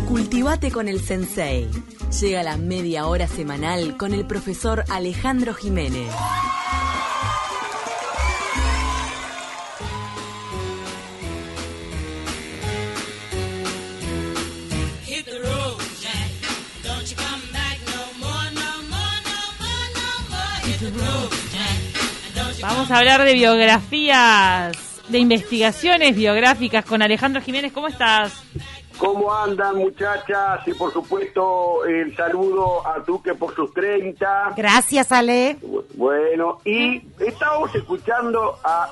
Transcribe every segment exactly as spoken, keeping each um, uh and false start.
Cultivate con el Sensei. Llega la media hora semanal con el profesor Alejandro Jiménez. Vamos a hablar de biografías, de investigaciones biográficas con Alejandro Jiménez. ¿Cómo estás? ¿Cómo andan, muchachas? Y por supuesto, el saludo a Duque por sus treinta. Gracias, Ale. Bueno, y estábamos escuchando a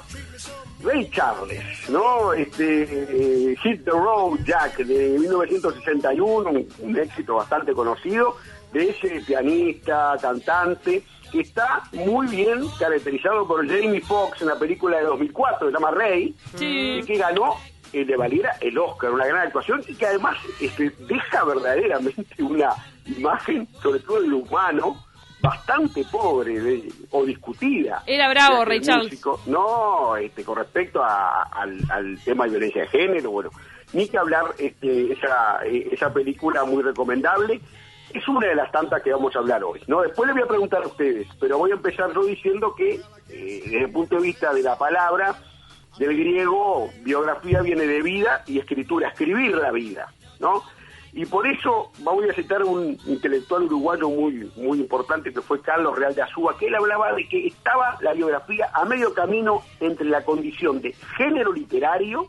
Ray Charles, ¿no? Este, eh, Hit the Road Jack, de mil novecientos sesenta y uno, un, un éxito bastante conocido, de ese pianista, cantante, que está muy bien caracterizado por Jamie Foxx en la película de dos mil cuatro, se llama Ray, sí. Y que ganó, eh, le valiera el Oscar, una gran actuación, y que además este, deja verdaderamente una imagen, sobre todo del humano, bastante pobre de, o discutida. Era bravo, o sea, Ray Charles. No, este, con respecto a, al, al tema de violencia de género, bueno, ni que hablar, este, esa, esa película muy recomendable. Es una de las tantas que vamos a hablar hoy, ¿no? Después les voy a preguntar a ustedes, pero voy a empezar yo diciendo que, eh, desde el punto de vista de la palabra, del griego, biografía viene de vida y escritura, escribir la vida, ¿no? Y por eso voy a citar un intelectual uruguayo muy, muy importante, que fue Carlos Real de Azúa, que él hablaba de que estaba la biografía a medio camino entre la condición de género literario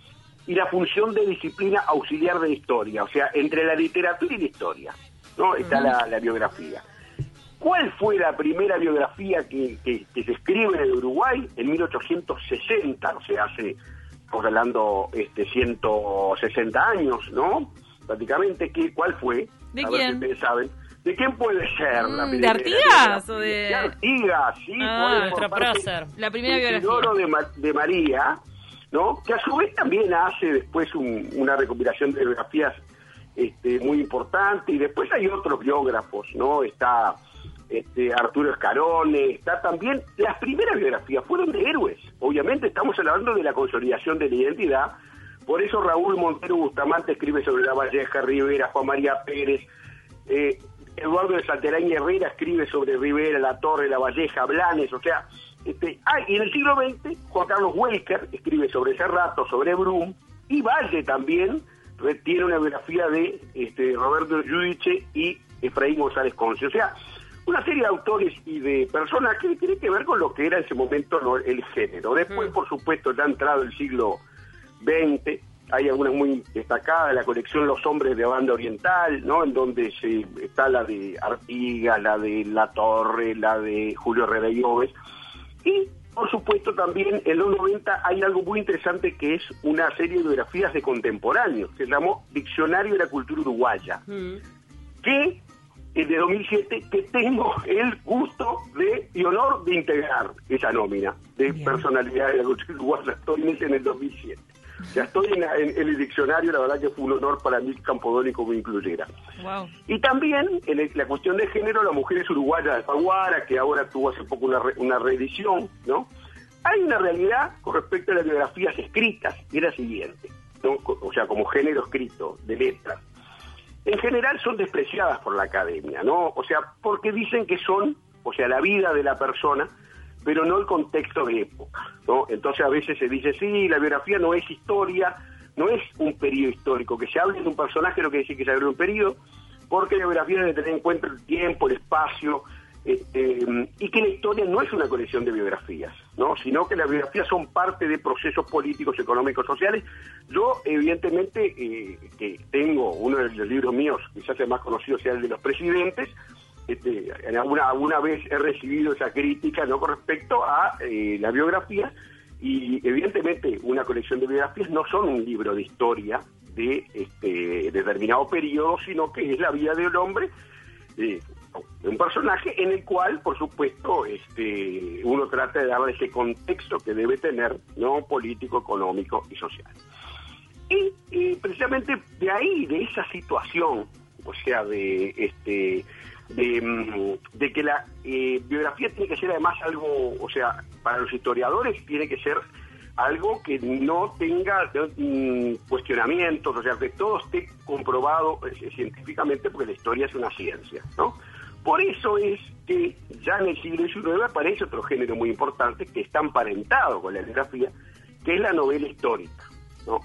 y la función de disciplina auxiliar de la historia, o sea, entre la literatura y la historia, ¿no? Está la, la biografía. ¿Cuál fue la primera biografía que, que, que se escribe en el Uruguay? En mil ochocientos sesenta, o sea, hace, estamos hablando, este, ciento sesenta años, ¿no? Prácticamente, ¿qué, ¿cuál fue? ¿De a quién? ver si ustedes saben. ¿De quién puede ser Mm, la ¿de primera? Artigas o de...? De Artigas, sí. Ah, nuestro prócer. La primera biografía. Isidoro de, Ma- de María, ¿no? Que a su vez también hace después un, una recopilación de biografías este, muy importante, y después hay otros biógrafos, ¿no? Está este, Arturo Escarone, está también, las primeras biografías fueron de héroes, obviamente estamos hablando de la consolidación de la identidad, por eso Raúl Montero Bustamante escribe sobre La Valleja, Rivera, Juan María Pérez, eh, Eduardo de Salterain Herrera escribe sobre Rivera, La Torre, La Valleja, Blanes, o sea, este, ah, y en el siglo veinte, Juan Carlos Welker escribe sobre Cerrato, sobre Brum, y Valle también tiene una biografía de este, Roberto Giudice y Efraín González Conce. O sea, una serie de autores y de personas que tienen que ver con lo que era en ese momento, ¿no?, el género. Después, mm. por supuesto, ya ha entrado el siglo veinte, hay algunas muy destacadas, la colección Los Hombres de Banda Oriental, ¿no?, en donde se está la de Artigas, la de La Torre, la de Julio Herrera y Oves. Y por supuesto también en los noventa hay algo muy interesante, que es una serie de biografías de contemporáneos, que se llamó Diccionario de la Cultura Uruguaya, mm. que es de dos mil siete, que tengo el gusto de y honor de integrar esa nómina de Bien. Personalidades de la cultura uruguaya. Estoy en ese en el dos mil siete. Ya estoy en, en, en el diccionario, la verdad que fue un honor para mí que Campodónico me incluyera. Wow. Y también en el, la cuestión de género, las mujeres uruguayas de Alfaguara, que ahora tuvo hace poco una, re, una reedición, ¿no? Hay una realidad con respecto a las biografías escritas, y es la siguiente, ¿no? O sea, como género escrito, de letras. En general son despreciadas por la academia, ¿no? O sea, porque dicen que son, o sea, la vida de la persona, pero no el contexto de época, ¿no? Entonces a veces se dice, sí, la biografía no es historia, no es un periodo histórico, que se hable de un personaje no quiere decir que se hable de un periodo, porque la biografía debe tener en cuenta el tiempo, el espacio, este, y que la historia no es una colección de biografías, ¿no?, sino que las biografías son parte de procesos políticos, económicos, sociales. Yo, evidentemente, eh, que tengo uno de los libros míos, quizás el más conocido sea el de los presidentes. Este, alguna, alguna vez he recibido esa crítica, ¿no?, con respecto a eh, la biografía, y evidentemente una colección de biografías no son un libro de historia de este determinado periodo, sino que es la vida de un hombre, eh, de un personaje en el cual, por supuesto, este uno trata de darle ese contexto que debe tener, ¿no?, político, económico y social. Y, y precisamente de ahí, de esa situación, o sea, de este de, de que la eh, biografía tiene que ser además algo, o sea, para los historiadores tiene que ser algo que no tenga mm, cuestionamientos, o sea, que todo esté comprobado eh, científicamente, porque la historia es una ciencia, ¿no? Por eso es que ya en el siglo diecinueve aparece otro género muy importante que está emparentado con la biografía, que es la novela histórica, ¿no?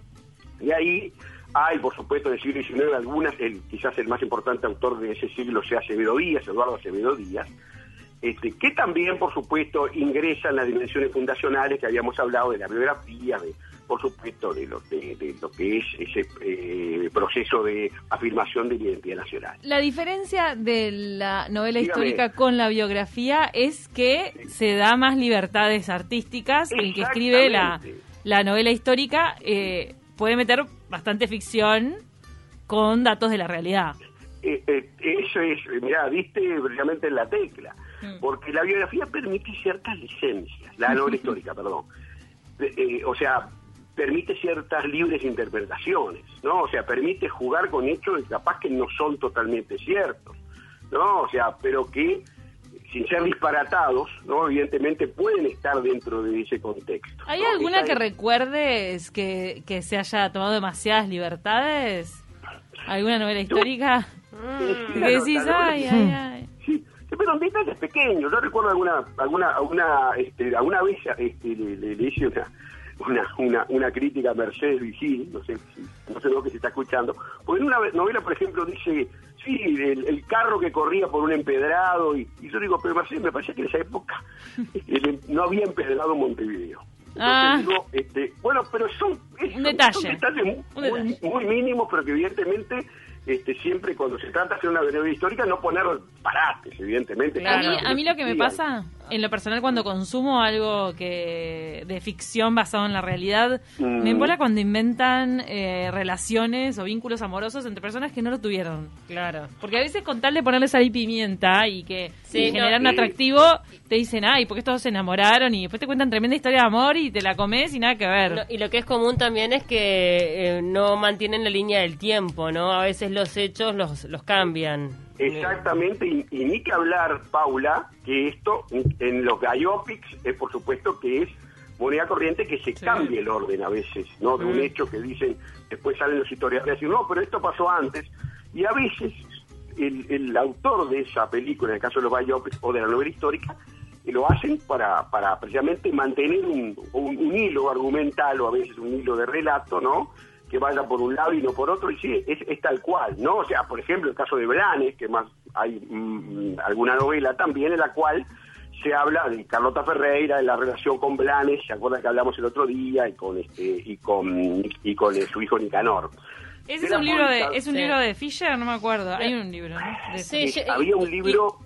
Y ahí hay, por supuesto, en el siglo diecinueve algunas, el, quizás el más importante autor de ese siglo sea Acevedo Díaz, Eduardo Acevedo Díaz, Este, que también, por supuesto, ingresan las dimensiones fundacionales que habíamos hablado de la biografía, de, por supuesto, de lo, de, de lo que es ese eh, proceso de afirmación de la identidad nacional. La diferencia de la novela Dígame. histórica con la biografía es que Sí. se da más libertades artísticas. El que escribe la, la novela histórica eh, puede meter bastante ficción con datos de la realidad. Eh, eh, eso es, mirá, diste brillantemente en la tecla. Porque la biografía permite ciertas licencias, la novela histórica, perdón. Eh, eh, o sea, permite ciertas libres interpretaciones, ¿no? O sea, permite jugar con hechos que capaz que no son totalmente ciertos, ¿no? O sea, pero que, sin ser disparatados, ¿no? Evidentemente pueden estar dentro de ese contexto. ¿Hay ¿no? alguna Esa que es... recuerdes que, que se haya tomado demasiadas libertades? ¿Alguna novela histórica? Sí, Que la- decís, la novela- ay, ay, ay. Sí, pero en detalles pequeños. Yo recuerdo alguna alguna alguna este, alguna vez este, le, le, le hice una, una una una crítica a Mercedes Vigil, no sé si, no sé lo que se está escuchando, porque en una novela, por ejemplo, dice, sí, el, el carro que corría por un empedrado, y, y yo digo, pero Mercedes, me parecía que en esa época el, no había empedrado Montevideo. Entonces Ah. digo, este, bueno, pero son, es- Un son- detalle. son detalles muy, Un detalle. muy, muy mínimos, pero que evidentemente este, siempre cuando se trata de hacer una novela histórica no poner parates, evidentemente. A mí, Parates a mí lo que me sí, pasa, en lo personal, cuando consumo algo que de ficción basado en la realidad, Mm. me embola cuando inventan eh, relaciones o vínculos amorosos entre personas que no lo tuvieron. Claro. Porque a veces con tal de ponerle sal y pimienta y que Sí, y no, generar un y- atractivo, te dicen, ay, porque estos se enamoraron y después te cuentan tremenda historia de amor y te la comes y nada que ver. No, y lo que es común también es que eh, no mantienen la línea del tiempo, ¿no? A veces los hechos los, los cambian. Exactamente, y, y ni que hablar, Paula, que esto en, en los biopics es por supuesto que es moneda corriente que se Sí. cambie el orden a veces, ¿no? De un Mm. hecho que dicen, después salen los historiadores y dicen, no, pero esto pasó antes, y a veces el, el autor de esa película, en el caso de los biopics o de la novela histórica, y lo hacen para, para precisamente mantener un, un, un hilo argumental o a veces un hilo de relato, ¿no? Que vaya por un lado y no por otro, y sí, es, es tal cual, ¿no? O sea, por ejemplo, el caso de Blanes, que más hay mm, alguna novela también en la cual se habla de Carlota Ferreira, de la relación con Blanes, ¿se acuerdan que hablamos el otro día? Y con este y con y con eh, su hijo Nicanor. Ese es Era un libro de muy- es un Sí. libro de Fisher, no me acuerdo. Hay un libro, ¿no? De Sí, Eh, yo- había un y- libro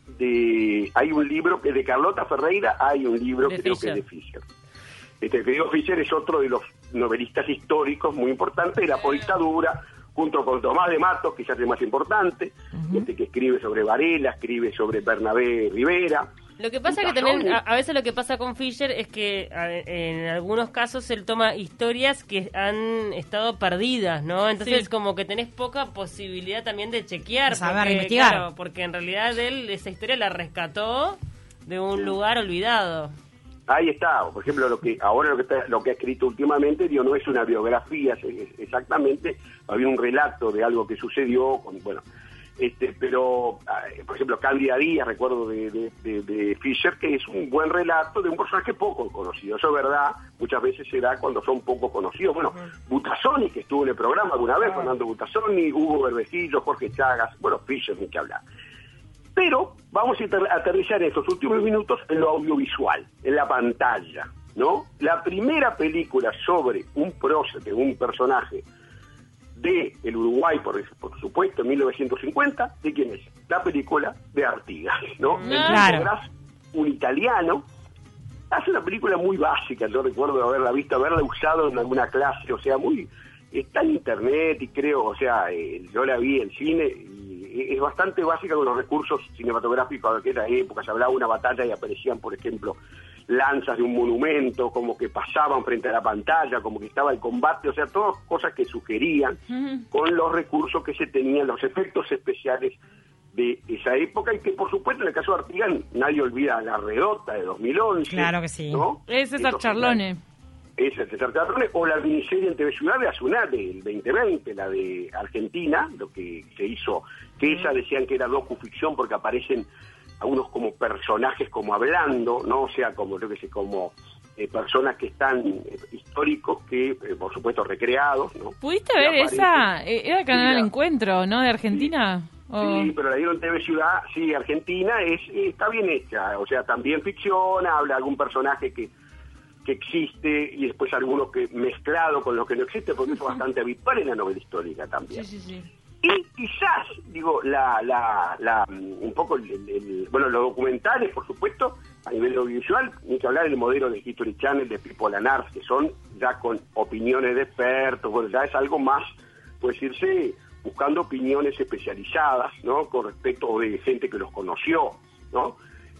de hay un libro que de Carlota Ferreira, hay un libro De que creo Fischer. que es de Fischer. Este que digo, Fischer es otro de los novelistas históricos muy importantes de la postdictadura, junto con Tomás de Matos, quizás el más importante, este que escribe sobre Varela, escribe sobre Bernabé Rivera. Lo que pasa Y que también, Casoni. a, a veces lo que pasa con Fisher es que a- en algunos casos él toma historias que han estado perdidas, ¿no? Entonces Sí. como que tenés poca posibilidad también de chequear. Saber porque, investigar. claro, porque en realidad él esa historia la rescató de un lugar olvidado. Ahí está, por ejemplo, lo que ahora lo que está, lo que ha escrito últimamente, digo, no es una biografía es- exactamente, había un relato de algo que sucedió, con, bueno, este, pero, ah, por ejemplo, Cándida Díaz, recuerdo de, de, de, de Fischer, que es un buen relato de un personaje poco conocido, eso es verdad, muchas veces se da cuando son poco conocidos, bueno, Butazzoni, que estuvo en el programa alguna vez, Fernando Butazzoni, Hugo Berbecillo, Jorge Chagas, bueno, Fischer, ni que hablar. Pero vamos a ater- aterrizar en estos últimos minutos en lo audiovisual, en la pantalla, ¿no? La primera película sobre un prócer, un personaje de el Uruguay, por, por supuesto, en mil novecientos cincuenta, ¿de quién es? La película de Artigas, ¿no? El Claro. Tipo Gras, un italiano, hace una película muy básica, yo recuerdo haberla visto, haberla usado en alguna clase, o sea, muy... Está en internet y creo, o sea, eh, yo la vi en cine y es bastante básica con los recursos cinematográficos de aquella época. Se hablaba de una batalla y aparecían, por ejemplo, lanzas de un monumento, como que pasaban frente a la pantalla, como que estaba el combate, o sea, todas cosas que sugerían Ujú. con los recursos que se tenían, los efectos especiales de esa época, y que por supuesto en el caso de Artigas nadie olvida la redota de dos mil once. Claro que sí. ¿no? Es César Eso, Charlone. esa es César Terrone, o la miniserie en T V Ciudad de Azunat del veinte veinte, la de Argentina, lo que se hizo, que esa decían que era docuficción porque aparecen algunos como personajes como hablando, ¿no? O sea, como, yo que sé, como eh, personas que están eh, históricos, que, eh, por supuesto, recreados, ¿no? ¿Pudiste ver esa? Era el canal sí, Encuentro, ¿no? De Argentina. Sí. Oh. Sí, pero la dieron en T V Ciudad, sí, Argentina, es está bien hecha, o sea, también ficciona, habla de algún personaje que que existe y después algunos que mezclado con lo que no existe, porque eso es bastante habitual en la novela histórica también. Sí, sí, sí. Y quizás, digo, la, la, la un poco, el, el, bueno, los documentales, por supuesto, a nivel audiovisual, ni que hablar del modelo de History Channel, de Pipo Lanars, que son ya con opiniones de expertos, bueno, ya es algo más, puede decirse, buscando opiniones especializadas, ¿no?, con respecto de gente que los conoció, ¿no?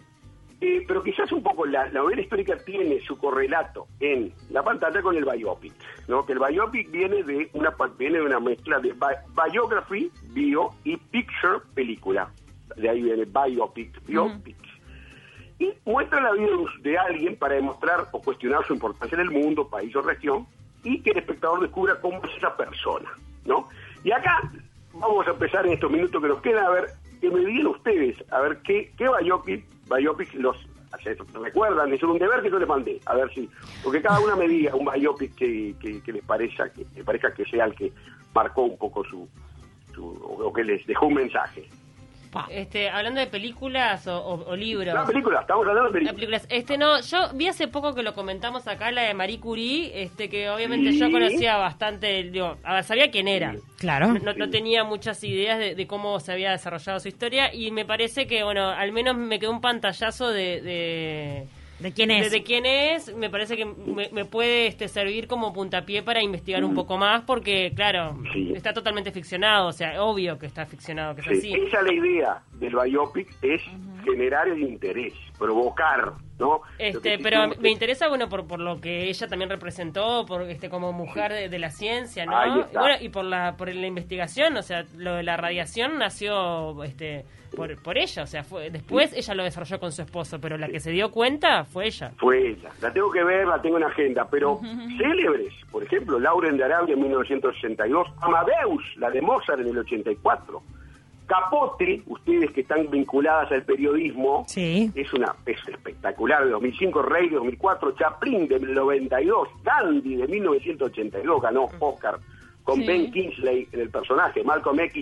Eh, pero quizás un poco la, la novela histórica tiene su correlato en la pantalla con el biopic, ¿no? Que el biopic viene de una viene de una mezcla de bi- biography, bio, y picture, película. De ahí viene biopic, biopic. Uh-huh. Y muestra la vida de alguien para demostrar o cuestionar su importancia en el mundo, país o región, y que el espectador descubra cómo es esa persona, ¿no? Y acá vamos a empezar en estos minutos que nos quedan, a ver, que me digan ustedes, a ver qué, qué biopic, biopic los se recuerdan, es un deber que yo les mandé, a ver si, porque cada una me diga un biopic que, que, que les parezca que les parezca que sea el que marcó un poco su, su o que les dejó un mensaje. Este, hablando de películas o, o, o libros. No, películas, estamos hablando de películas. películas. Este, no, yo vi hace poco que lo comentamos acá, la de Marie Curie, este, que obviamente sí. yo conocía bastante, digo, a ver, sabía quién era. Sí. Claro. No, no tenía muchas ideas de, de cómo se había desarrollado su historia y me parece que, bueno, al menos me quedó un pantallazo de... de ¿De quién es? De, de quién es, me parece que me, me puede este, servir como puntapié para investigar un poco más, porque, claro, sí. está totalmente ficcionado, o sea, obvio que está ficcionado, que es Sí, así. esa es la idea del biopic, es uh-huh. generar el interés, provocar, ¿no? Este, pero me, me interesa, bueno, por por lo que ella también representó, por este como mujer de, de la ciencia, ¿no? Ahí Y está. bueno, y por la por la investigación, o sea, lo de la radiación nació este por por ella, o sea, fue después sí. ella lo desarrolló con su esposo, pero la que se dio cuenta fue ella. Fue ella. La tengo que ver, la tengo en agenda, pero uh-huh. célebres, por ejemplo, Lauren de Arabia en mil novecientos sesenta y dos, Amadeus, la de Mozart en el ochenta y cuatro. Capote, ustedes que están vinculadas al periodismo, sí. es una es espectacular, de dos mil cinco, Rey de dos mil cuatro, Chaplin de noventa y dos, Gandhi de mil novecientos ochenta y dos, ganó Oscar con sí. Ben Kingsley en el personaje, Malcolm X,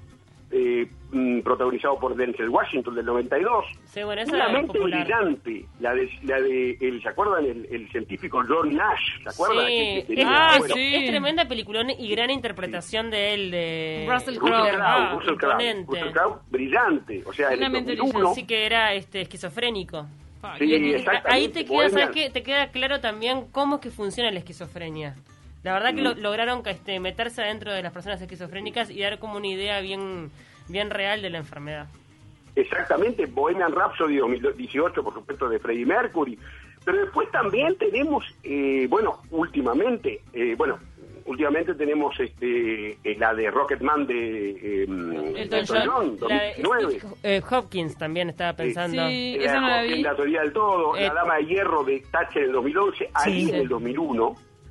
eh, mm, protagonizado por Denzel Washington del noventa y dos. Sí, bueno, esa una es mente popular. brillante, la de, la de el, ¿se acuerdan? El, el científico John Nash, ¿se acuerdan? Sí, Que- que es, tenía- Ah, bueno, sí. es tremenda peliculón y gran interpretación de él, de Russell Russell Crowe. Crowe, Ah, Russell Crowe, imponente. Russell Crowe, brillante, o sea, en el Una mente dos mil uno, Así que era este esquizofrénico. Ah, Sí, y- y- exactamente. Ahí te queda, ¿sabes Bohemian. qué? Te queda claro también cómo es que funciona la esquizofrenia. La verdad que Mm. lo, lograron que, este, meterse adentro de las personas esquizofrénicas y dar como una idea bien, bien real de la enfermedad. exactamente, Bohemian Rhapsody dos mil dieciocho, por supuesto, de Freddie Mercury, pero después también tenemos, eh, bueno, últimamente, eh, bueno, últimamente tenemos este eh, la de Rocketman de eh, Elton Elton John, John, la de dos mil nueve. Steve eh, Hopkins también estaba pensando. Sí, La, esa no la vi. la teoría del todo, Eh, La Dama de Hierro de Thatcher en el dos mil once, Ali Sí. en el dos mil uno,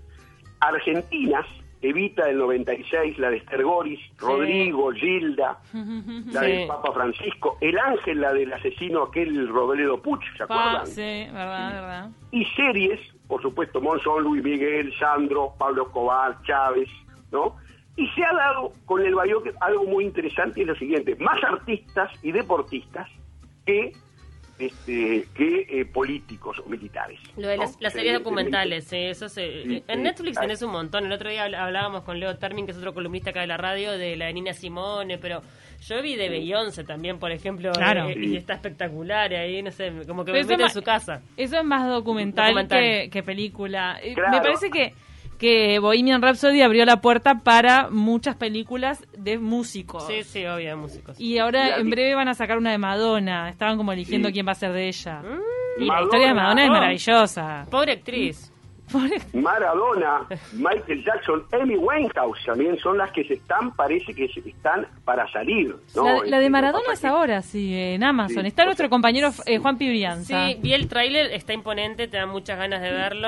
Argentinas, Evita del noventa y seis, la de Esther Goris, Rodrigo, Gilda, la Sí. del Papa Francisco, El Ángel, la del asesino aquel Robledo Puch, ¿se Pa, acuerdan? sí, verdad, verdad. Y series, por supuesto, Monzón, Luis Miguel, Sandro, Pablo Escobar, Chávez, ¿no? Y se ha dado con el biopic algo muy interesante, es lo siguiente, más artistas y deportistas que este que eh, políticos o militares. Lo de ¿no? las, las Se- series se- documentales, sí, eso se, Sí, en sí. Netflix Ah. tenés un montón. El otro día habl- hablábamos con Leo Termin, que es otro columnista acá de la radio, de la de Nina Simone, pero yo vi de Beyoncé también, por ejemplo, Claro. eh, Sí. y está espectacular y ahí, no sé, como que Pero me eso meto ma- en su casa. Eso es más documental, Documental. Que, que película. Eh, Claro. Me parece que, que Bohemian Rhapsody abrió la puerta para muchas películas de músicos. Sí, sí, obvio, de músicos. Y ahora La- en breve van a sacar una de Madonna. Estaban como eligiendo Sí. quién va a ser de ella. Mm, Y la historia de Madonna es oh. maravillosa. Pobre actriz. Maradona, Michael Jackson, Amy Winehouse también son las que se están, parece que se están para salir, ¿no? La, la de Este, Maradona lo que es pasa ahora, sí, en Amazon. Sí, Está o nuestro sea, compañero eh, Juan Pibrianza. Sí, vi el tráiler, está imponente, te da muchas ganas de verlo.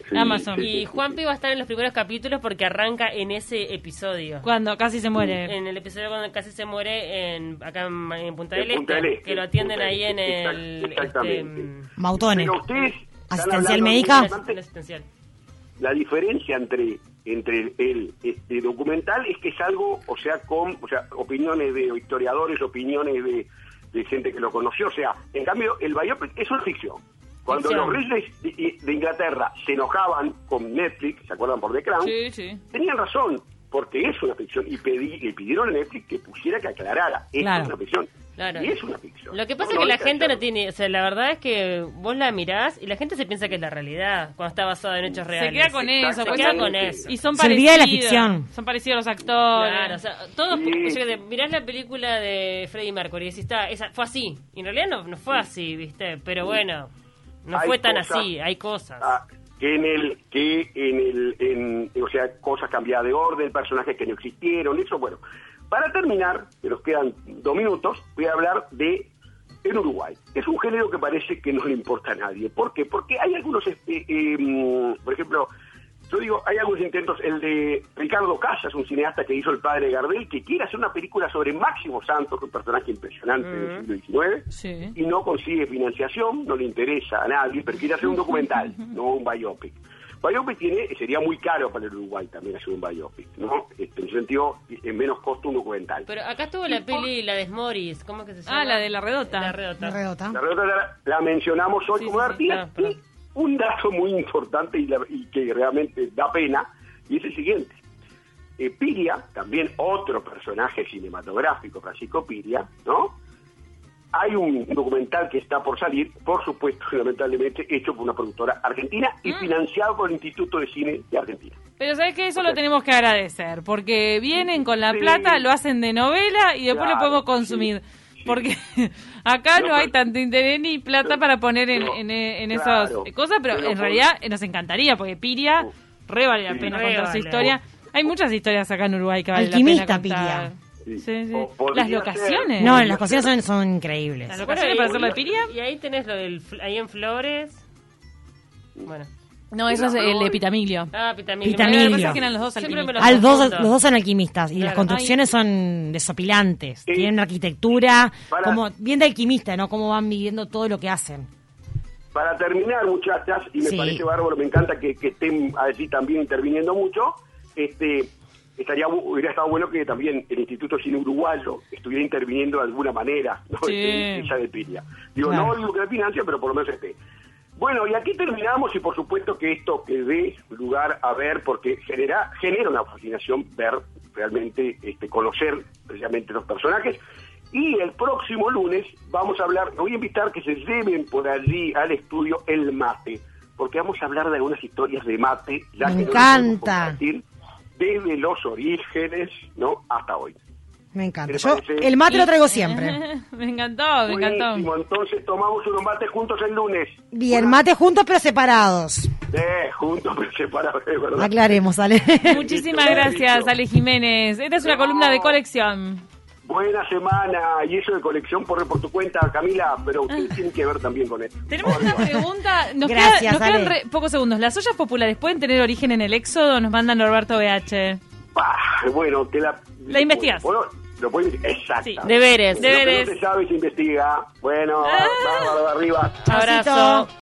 sí, Amazon. sí, Y sí, sí, Juanpi sí. va a estar en los primeros capítulos porque arranca en ese episodio. Cuando casi se muere. En el episodio cuando casi se muere en acá en, en Punta del En Punta Este, del Este, que lo atienden Punta ahí del en Este, el... exact- exactamente. este, Mautones. Pero ustedes están Asistencial hablando médica. muy importante. en asistencial. La diferencia entre entre el, el, este documental es que es algo, o sea, con o sea, opiniones de historiadores, opiniones de, de gente que lo conoció, o sea, en cambio el biopic es una ficción. Cuando Ficción. los reyes de, de Inglaterra se enojaban con Netflix, ¿se acuerdan por The Crown? Sí, sí. Tenían razón, porque es una ficción y pedí, le pidieron a Netflix que pusiera, que aclarara, esto Claro. es una ficción. Claro. Y es una ficción. Lo que pasa No, es que no la hay gente no hacerlo. tiene... O sea, la verdad es que vos la mirás y la gente se piensa que es la realidad cuando está basada en hechos reales. Se queda con eso. Exactamente. pues Se queda son- con eso. Y son Se olvida de la parecidos. ficción. Son parecidos los actores. Claro, o sea, todos, Sí. yo qué sé, mirás la película de Freddie Mercury y decís, está, esa, fue así. Y en realidad no, no fue así, ¿viste? Pero bueno, no Hay fue tan cosas- así, hay cosas. Ah, que en el que en el en, o sea, cosas cambiadas de orden, personajes que no existieron, eso. Bueno, para terminar, que nos quedan dos minutos, voy a hablar de el Uruguay. Es un género que parece que no le importa a nadie. ¿Por qué? Porque hay algunos, este, eh, por ejemplo, yo digo, hay algunos intentos, el de Ricardo Casas, un cineasta que hizo El padre de Gardel, que quiere hacer una película sobre Máximo Santos, un personaje impresionante del siglo diecinueve, Sí. y no consigue financiación, no le interesa a nadie, pero quiere hacer un documental, no un biopic. Biopic tiene, sería muy caro para el Uruguay también hacer un biopic, ¿no? Este, en sentido, en menos costo un documental. Pero acá estuvo la peli, la de Smoris, ¿cómo es que se llama? Ah, la de La Redota. La Redota. Redota. La redota la, la mencionamos hoy Sí, como sí, sí. Artigas, Ah, perdón. y un dato muy importante y, la- y que realmente da pena, y es el siguiente. Eh, Piria, también otro personaje cinematográfico, Francisco Piria, ¿no? Hay un documental que está por salir, por supuesto, lamentablemente, hecho por una productora argentina y financiado por el Instituto de Cine de Argentina. Pero ¿sabes qué? Eso O lo sea, tenemos que agradecer, porque vienen con la Sí. plata, lo hacen de novela y después lo Claro, podemos sí, consumir. sí. Porque acá no, No, hay pero- tanto interés ni plata para poner en, No, en, en claro, esas cosas, pero, pero en por- realidad nos encantaría, porque Piria Uf. re vale la Sí. pena Re contar su vale. historia. Hay muchas historias acá en Uruguay que vale Alquimista, la pena contar. Sí. Sí, sí. O podría Las locaciones. No, las cocinas son, son increíbles. Las locaciones para hacer lo de Piria. Y ahí tenés lo del, fl- ahí en Flores. Bueno. No, eso es el de Pitamilio. Ah, Pitamilio. Pitamilio. Me parece que eran los dos Siempre me alquimistas. los Al dos, confundo. los dos son alquimistas y las Claro. construcciones son desopilantes. Sí. Tienen una arquitectura Para- como bien de alquimista, ¿no? Cómo van viviendo todo lo que hacen. Para terminar, muchachas, y me Sí. parece bárbaro, me encanta que, que estén allí también interviniendo mucho, este estaría bu- hubiera estado bueno que también el Instituto Cine Uruguayo estuviera interviniendo de alguna manera, ¿no? Sí. En esa de Piria. Digo, Claro. no digo que la financia, pero por lo menos esté. Bueno, y aquí terminamos, y por supuesto que esto que dé lugar a ver, porque genera genera una fascinación ver realmente, este conocer precisamente los personajes. Y el próximo lunes vamos a hablar, voy a invitar que se lleven por allí al estudio El Mate, porque vamos a hablar de algunas historias de mate, ya Me que no lo encanta. podemos compartir desde los orígenes, ¿no? Hasta hoy. Me encanta. ¿Qué Yo le parece? el mate lo traigo siempre. Me encantó, me encantó. Buenísimo, entonces tomamos unos mates juntos el lunes. Bien, mate juntos pero separados. Eh, juntos pero separados, es verdad. Aclaremos, Ale. Muchísimas Listo, gracias, listo. Ale Jiménez. Esta es una No. columna de colección. Buena semana, y eso de colección por, por tu cuenta, Camila, pero ustedes tienen que ver también con esto. Tenemos una pregunta. Nos, Gracias, queda- nos quedan Ale. re- pocos segundos. ¿Las ollas populares pueden tener origen en el éxodo? Nos manda Norberto B H. Bah, bueno, te la... La investigas. Bueno, lo puedes... Exacto. Sí, deberes, Lo que deberes. no se sabe se investiga. Bueno, Ah. vamos arriba. Abrazo.